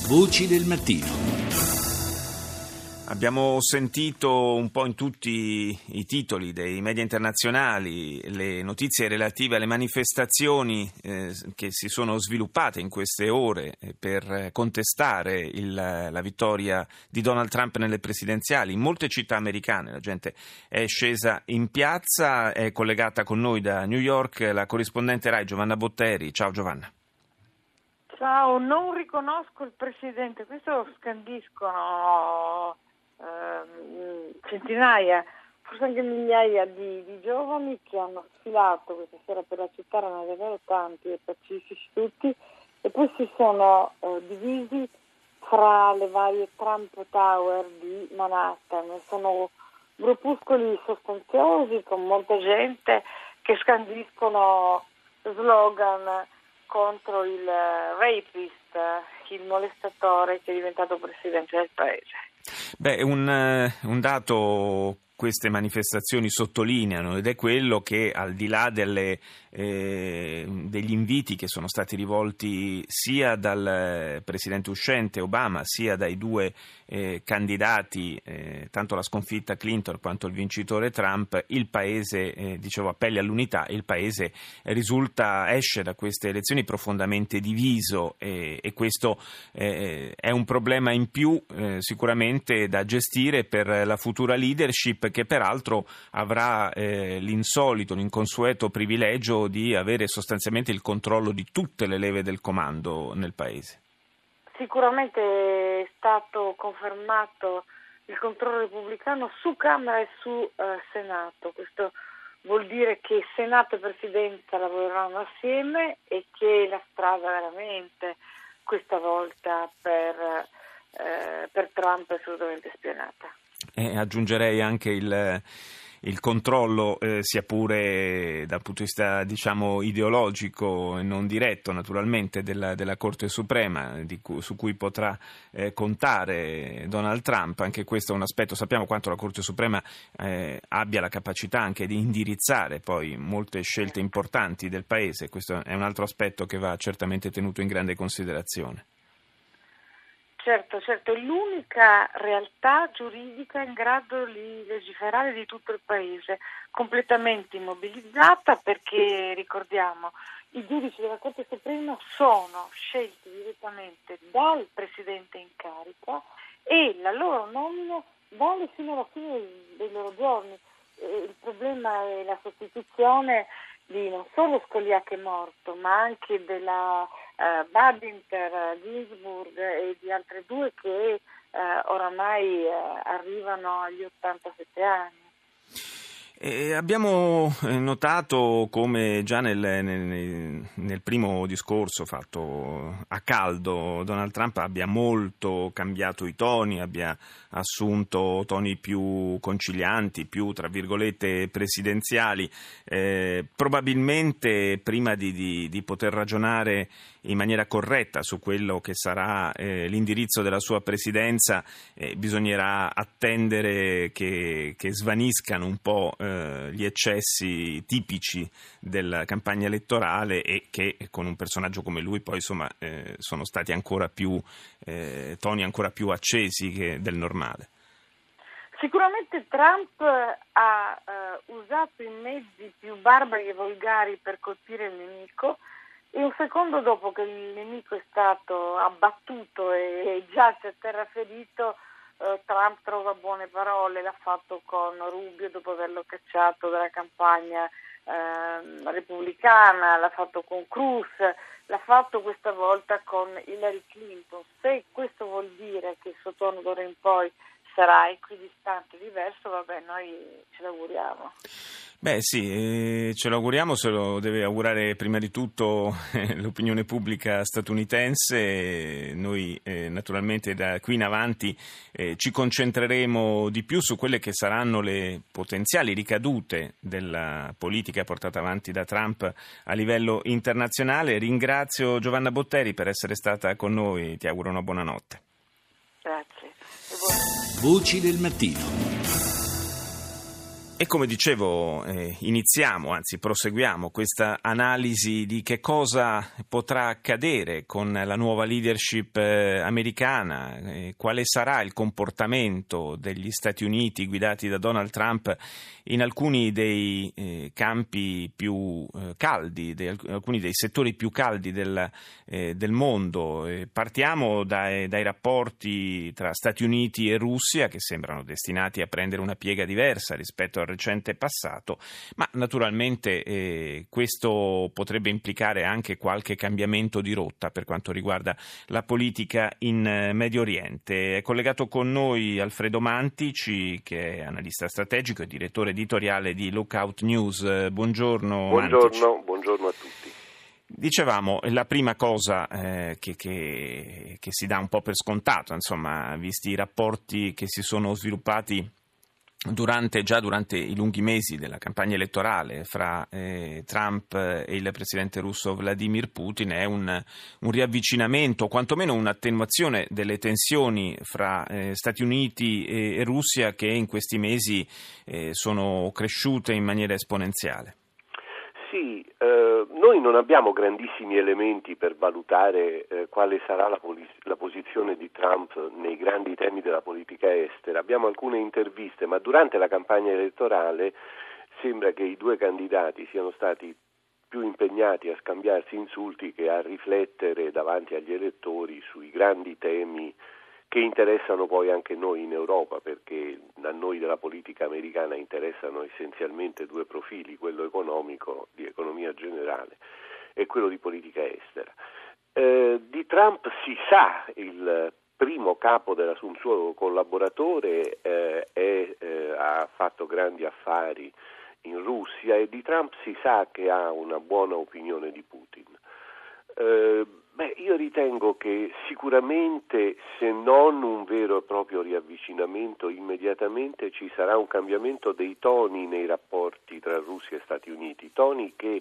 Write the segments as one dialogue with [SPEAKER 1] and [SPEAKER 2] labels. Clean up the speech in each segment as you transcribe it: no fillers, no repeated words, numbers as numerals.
[SPEAKER 1] Voci del mattino.
[SPEAKER 2] Abbiamo sentito un po' in tutti i titoli dei media internazionali le notizie relative alle manifestazioni che si sono sviluppate in queste ore per contestare la vittoria di Donald Trump nelle presidenziali. In molte città americane la gente è scesa in piazza. È collegata con noi da New York la corrispondente Rai Giovanna Botteri. Ciao Giovanna.
[SPEAKER 3] Ciao, non riconosco il Presidente, questo scandiscono centinaia, forse anche migliaia di giovani che hanno sfilato questa sera per la città, erano davvero tanti e pacifici tutti, e poi si sono divisi fra le varie Trump Tower di Manhattan. Sono gruppuscoli sostanziosi con molta gente che scandiscono slogan contro il rapist, il molestatore che è diventato presidente del paese.
[SPEAKER 2] Beh, un dato queste manifestazioni sottolineano, ed è quello che, al di là degli inviti che sono stati rivolti sia dal presidente uscente Obama sia dai due candidati, tanto la sconfitta Clinton quanto il vincitore Trump, il paese, appelli all'unità, il paese esce da queste elezioni profondamente diviso, e questo è un problema in più sicuramente da gestire per la futura leadership, che peraltro avrà l'inconsueto privilegio di avere sostanzialmente il controllo di tutte le leve del comando nel paese.
[SPEAKER 3] Sicuramente è stato confermato il controllo repubblicano su Camera e su Senato. Questo vuol dire che Senato e Presidenza lavoreranno assieme e che la strada veramente questa volta per Trump è assolutamente spianata.
[SPEAKER 2] Aggiungerei anche il controllo, sia pure dal punto di vista ideologico e non diretto naturalmente, della Corte Suprema, su cui potrà contare Donald Trump. Anche questo è un aspetto. Sappiamo quanto la Corte Suprema abbia la capacità anche di indirizzare poi molte scelte importanti del paese. Questo è un altro aspetto che va certamente tenuto in grande considerazione.
[SPEAKER 3] Certo, è l'unica realtà giuridica in grado di legiferare di tutto il paese, completamente immobilizzata, perché ricordiamo i giudici della Corte Suprema sono scelti direttamente dal Presidente in carica e la loro nomina vale fino alla fine dei loro giorni. Il problema è la sostituzione di non solo Scalia, che è morto, ma anche della Badinter, Ginsburg e di altre due che oramai arrivano agli 87 anni.
[SPEAKER 2] Abbiamo notato come già nel primo discorso fatto a caldo Donald Trump abbia molto cambiato i toni, abbia assunto toni più concilianti, più tra virgolette presidenziali. Probabilmente prima di poter ragionare in maniera corretta su quello che sarà l'indirizzo della sua presidenza, bisognerà attendere che svaniscano un po' gli eccessi tipici della campagna elettorale, e che con un personaggio come lui poi sono stati ancora più toni ancora più accesi del normale.
[SPEAKER 3] Sicuramente Trump ha usato i mezzi più barbari e volgari per colpire il nemico, e un secondo dopo che il nemico è stato abbattuto e giace a terra ferito, Trump trova buone parole. L'ha fatto con Rubio dopo averlo cacciato dalla campagna repubblicana, l'ha fatto con Cruz, l'ha fatto questa volta con Hillary Clinton. Se questo vuol dire che il suo tono d'ora in poi sarà equidistante e diverso, noi ce l'auguriamo.
[SPEAKER 2] Beh sì, ce lo auguriamo, se lo deve augurare prima di tutto l'opinione pubblica statunitense. Noi naturalmente da qui in avanti ci concentreremo di più su quelle che saranno le potenziali ricadute della politica portata avanti da Trump a livello internazionale. Ringrazio Giovanna Botteri per essere stata con noi, ti auguro una buona notte.
[SPEAKER 3] Grazie.
[SPEAKER 1] Voci del mattino.
[SPEAKER 2] E come dicevo, proseguiamo questa analisi di che cosa potrà accadere con la nuova leadership americana, quale sarà il comportamento degli Stati Uniti guidati da Donald Trump in alcuni dei campi più caldi, alcuni dei settori più caldi del mondo. Partiamo dai rapporti tra Stati Uniti e Russia, che sembrano destinati a prendere una piega diversa rispetto al recente passato, ma naturalmente questo potrebbe implicare anche qualche cambiamento di rotta per quanto riguarda la politica in Medio Oriente. È collegato con noi Alfredo Mantici, che è analista strategico e direttore editoriale di Lookout News. Buongiorno.
[SPEAKER 1] Buongiorno a tutti.
[SPEAKER 2] Dicevamo, la prima cosa che si dà un po' per scontato, insomma, visti i rapporti che si sono sviluppati durante i lunghi mesi della campagna elettorale fra Trump e il presidente russo Vladimir Putin, è un riavvicinamento, o quantomeno un'attenuazione delle tensioni fra Stati Uniti e Russia, che in questi mesi sono cresciute in maniera esponenziale.
[SPEAKER 1] Sì, noi non abbiamo grandissimi elementi per valutare quale sarà la posizione di Trump nei grandi temi della politica estera. Abbiamo alcune interviste, ma durante la campagna elettorale sembra che i due candidati siano stati più impegnati a scambiarsi insulti che a riflettere davanti agli elettori sui grandi temi che interessano poi anche noi in Europa, perché a noi della politica americana interessano essenzialmente due profili, quello economico, di economia generale, e quello di politica estera. Di Trump si sa, il primo capo un suo collaboratore ha fatto grandi affari in Russia, e di Trump si sa che ha una buona opinione di Putin. Io ritengo che sicuramente, se non un vero e proprio riavvicinamento, immediatamente ci sarà un cambiamento dei toni nei rapporti tra Russia e Stati Uniti, toni che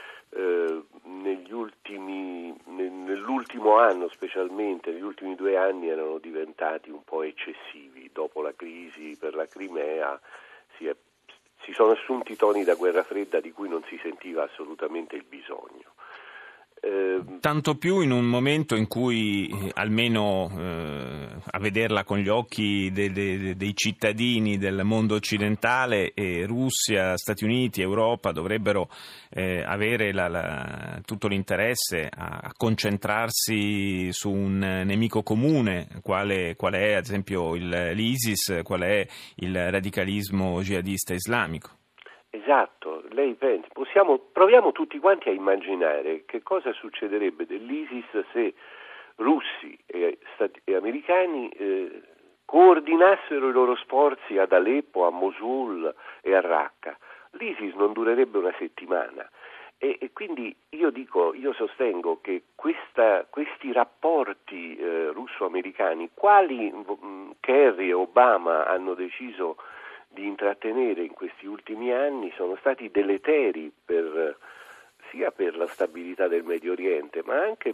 [SPEAKER 1] nell'ultimo anno, specialmente negli ultimi 2 anni, erano diventati un po' eccessivi. Dopo la crisi per la Crimea si sono assunti toni da guerra fredda di cui non si sentiva assolutamente il bisogno.
[SPEAKER 2] Tanto più in un momento in cui, almeno a vederla con gli occhi dei cittadini del mondo occidentale, Russia, Stati Uniti, Europa dovrebbero avere tutto l'interesse a concentrarsi su un nemico comune, quale è ad esempio l'ISIS, qual è il radicalismo jihadista islamico.
[SPEAKER 1] Esatto, lei pensa, proviamo tutti quanti a immaginare che cosa succederebbe dell'ISIS se russi e americani coordinassero i loro sforzi ad Aleppo, a Mosul e a Raqqa. L'ISIS non durerebbe una settimana, e quindi io sostengo che questi rapporti russo-americani, quali Kerry e Obama hanno deciso di intrattenere in questi ultimi anni, sono stati deleteri sia per la stabilità del Medio Oriente, ma anche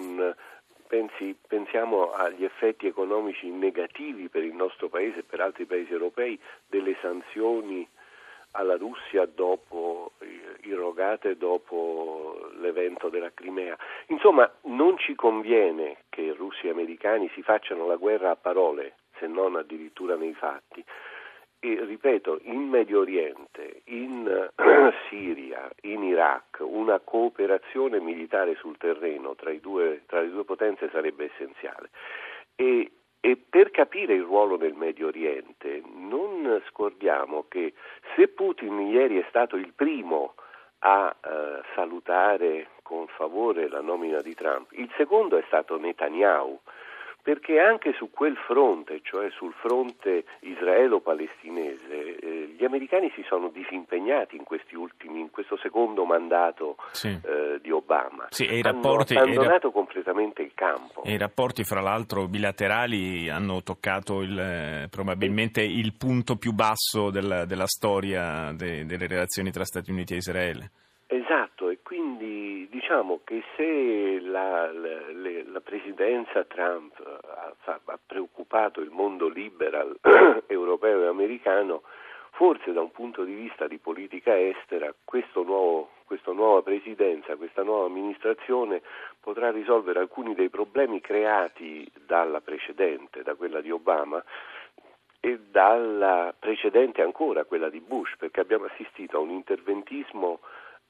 [SPEAKER 1] pensiamo agli effetti economici negativi per il nostro paese e per altri paesi europei delle sanzioni alla Russia irrogate dopo l'evento della Crimea. Insomma, non ci conviene che russi e americani si facciano la guerra a parole, se non addirittura nei fatti. E ripeto, in Medio Oriente, in Siria, in Iraq, una cooperazione militare sul terreno tra le due potenze sarebbe essenziale. E per capire il ruolo del Medio Oriente non scordiamo che, se Putin ieri è stato il primo a salutare con favore la nomina di Trump, il secondo è stato Netanyahu, perché anche su quel fronte, cioè sul fronte israelo-palestinese, gli americani si sono disimpegnati in questo secondo mandato di Obama.
[SPEAKER 2] Sì, e
[SPEAKER 1] hanno abbandonato completamente il campo.
[SPEAKER 2] E i rapporti, fra l'altro, bilaterali hanno toccato probabilmente il punto più basso della storia delle relazioni tra Stati Uniti e Israele.
[SPEAKER 1] Esatto, e quindi diciamo che se la presidenza Trump ha preoccupato il mondo liberal europeo e americano, forse da un punto di vista di politica estera questa nuova presidenza, questa nuova amministrazione potrà risolvere alcuni dei problemi creati dalla precedente, da quella di Obama, e dalla precedente ancora, quella di Bush, perché abbiamo assistito a un interventismo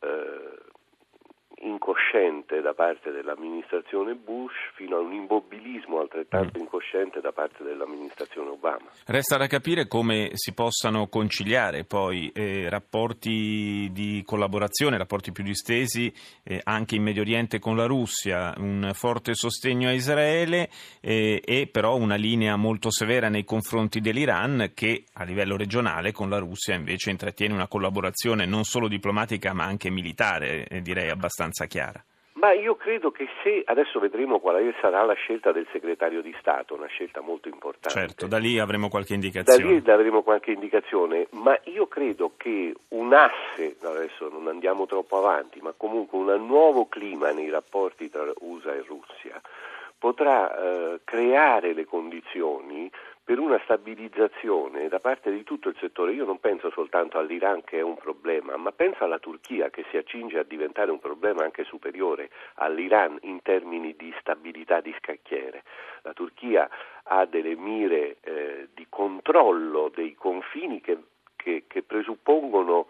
[SPEAKER 1] incosciente da parte dell'amministrazione Bush fino a un immobilismo altrettanto incosciente da parte dell'amministrazione Obama.
[SPEAKER 2] Resta da capire come si possano conciliare poi rapporti di collaborazione, rapporti più distesi anche in Medio Oriente con la Russia, un forte sostegno a Israele e però una linea molto severa nei confronti dell'Iran, che a livello regionale con la Russia invece intrattiene una collaborazione non solo diplomatica ma anche militare, direi abbastanza chiara.
[SPEAKER 1] Ma io credo che adesso vedremo quale sarà la scelta del segretario di Stato, una scelta molto importante.
[SPEAKER 2] Certo, da lì avremo qualche indicazione. Ma io credo che un asse, adesso non andiamo troppo avanti, ma comunque un nuovo clima nei rapporti tra USA e Russia potrà creare le condizioni per una stabilizzazione da parte di tutto il settore. Io non penso soltanto all'Iran, che è un problema, ma penso alla Turchia, che si accinge a diventare un problema anche superiore all'Iran in termini di stabilità di scacchiere. La Turchia ha delle mire di controllo dei confini che presuppongono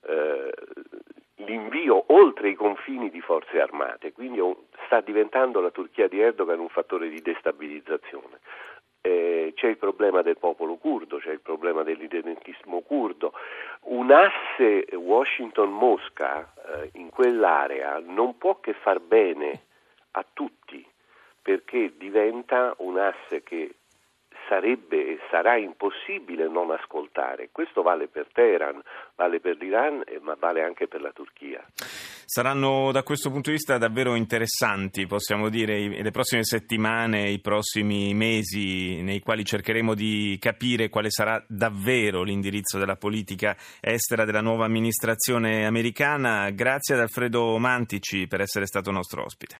[SPEAKER 2] l'invio oltre i confini di forze armate, quindi sta diventando la Turchia di Erdogan un fattore di destabilizzazione. C'è il problema del popolo curdo, c'è il problema dell'identismo curdo. Un asse Washington-Mosca in quell'area non può che far bene a tutti, perché diventa un asse che sarebbe e sarà impossibile non ascoltare. Questo vale per Teheran, vale per l'Iran, ma vale anche per la Turchia. Saranno da questo punto di vista davvero interessanti, possiamo dire, le prossime settimane, i prossimi mesi, nei quali cercheremo di capire quale sarà davvero l'indirizzo della politica estera della nuova amministrazione americana. Grazie ad Alfredo Mantici per essere stato nostro ospite.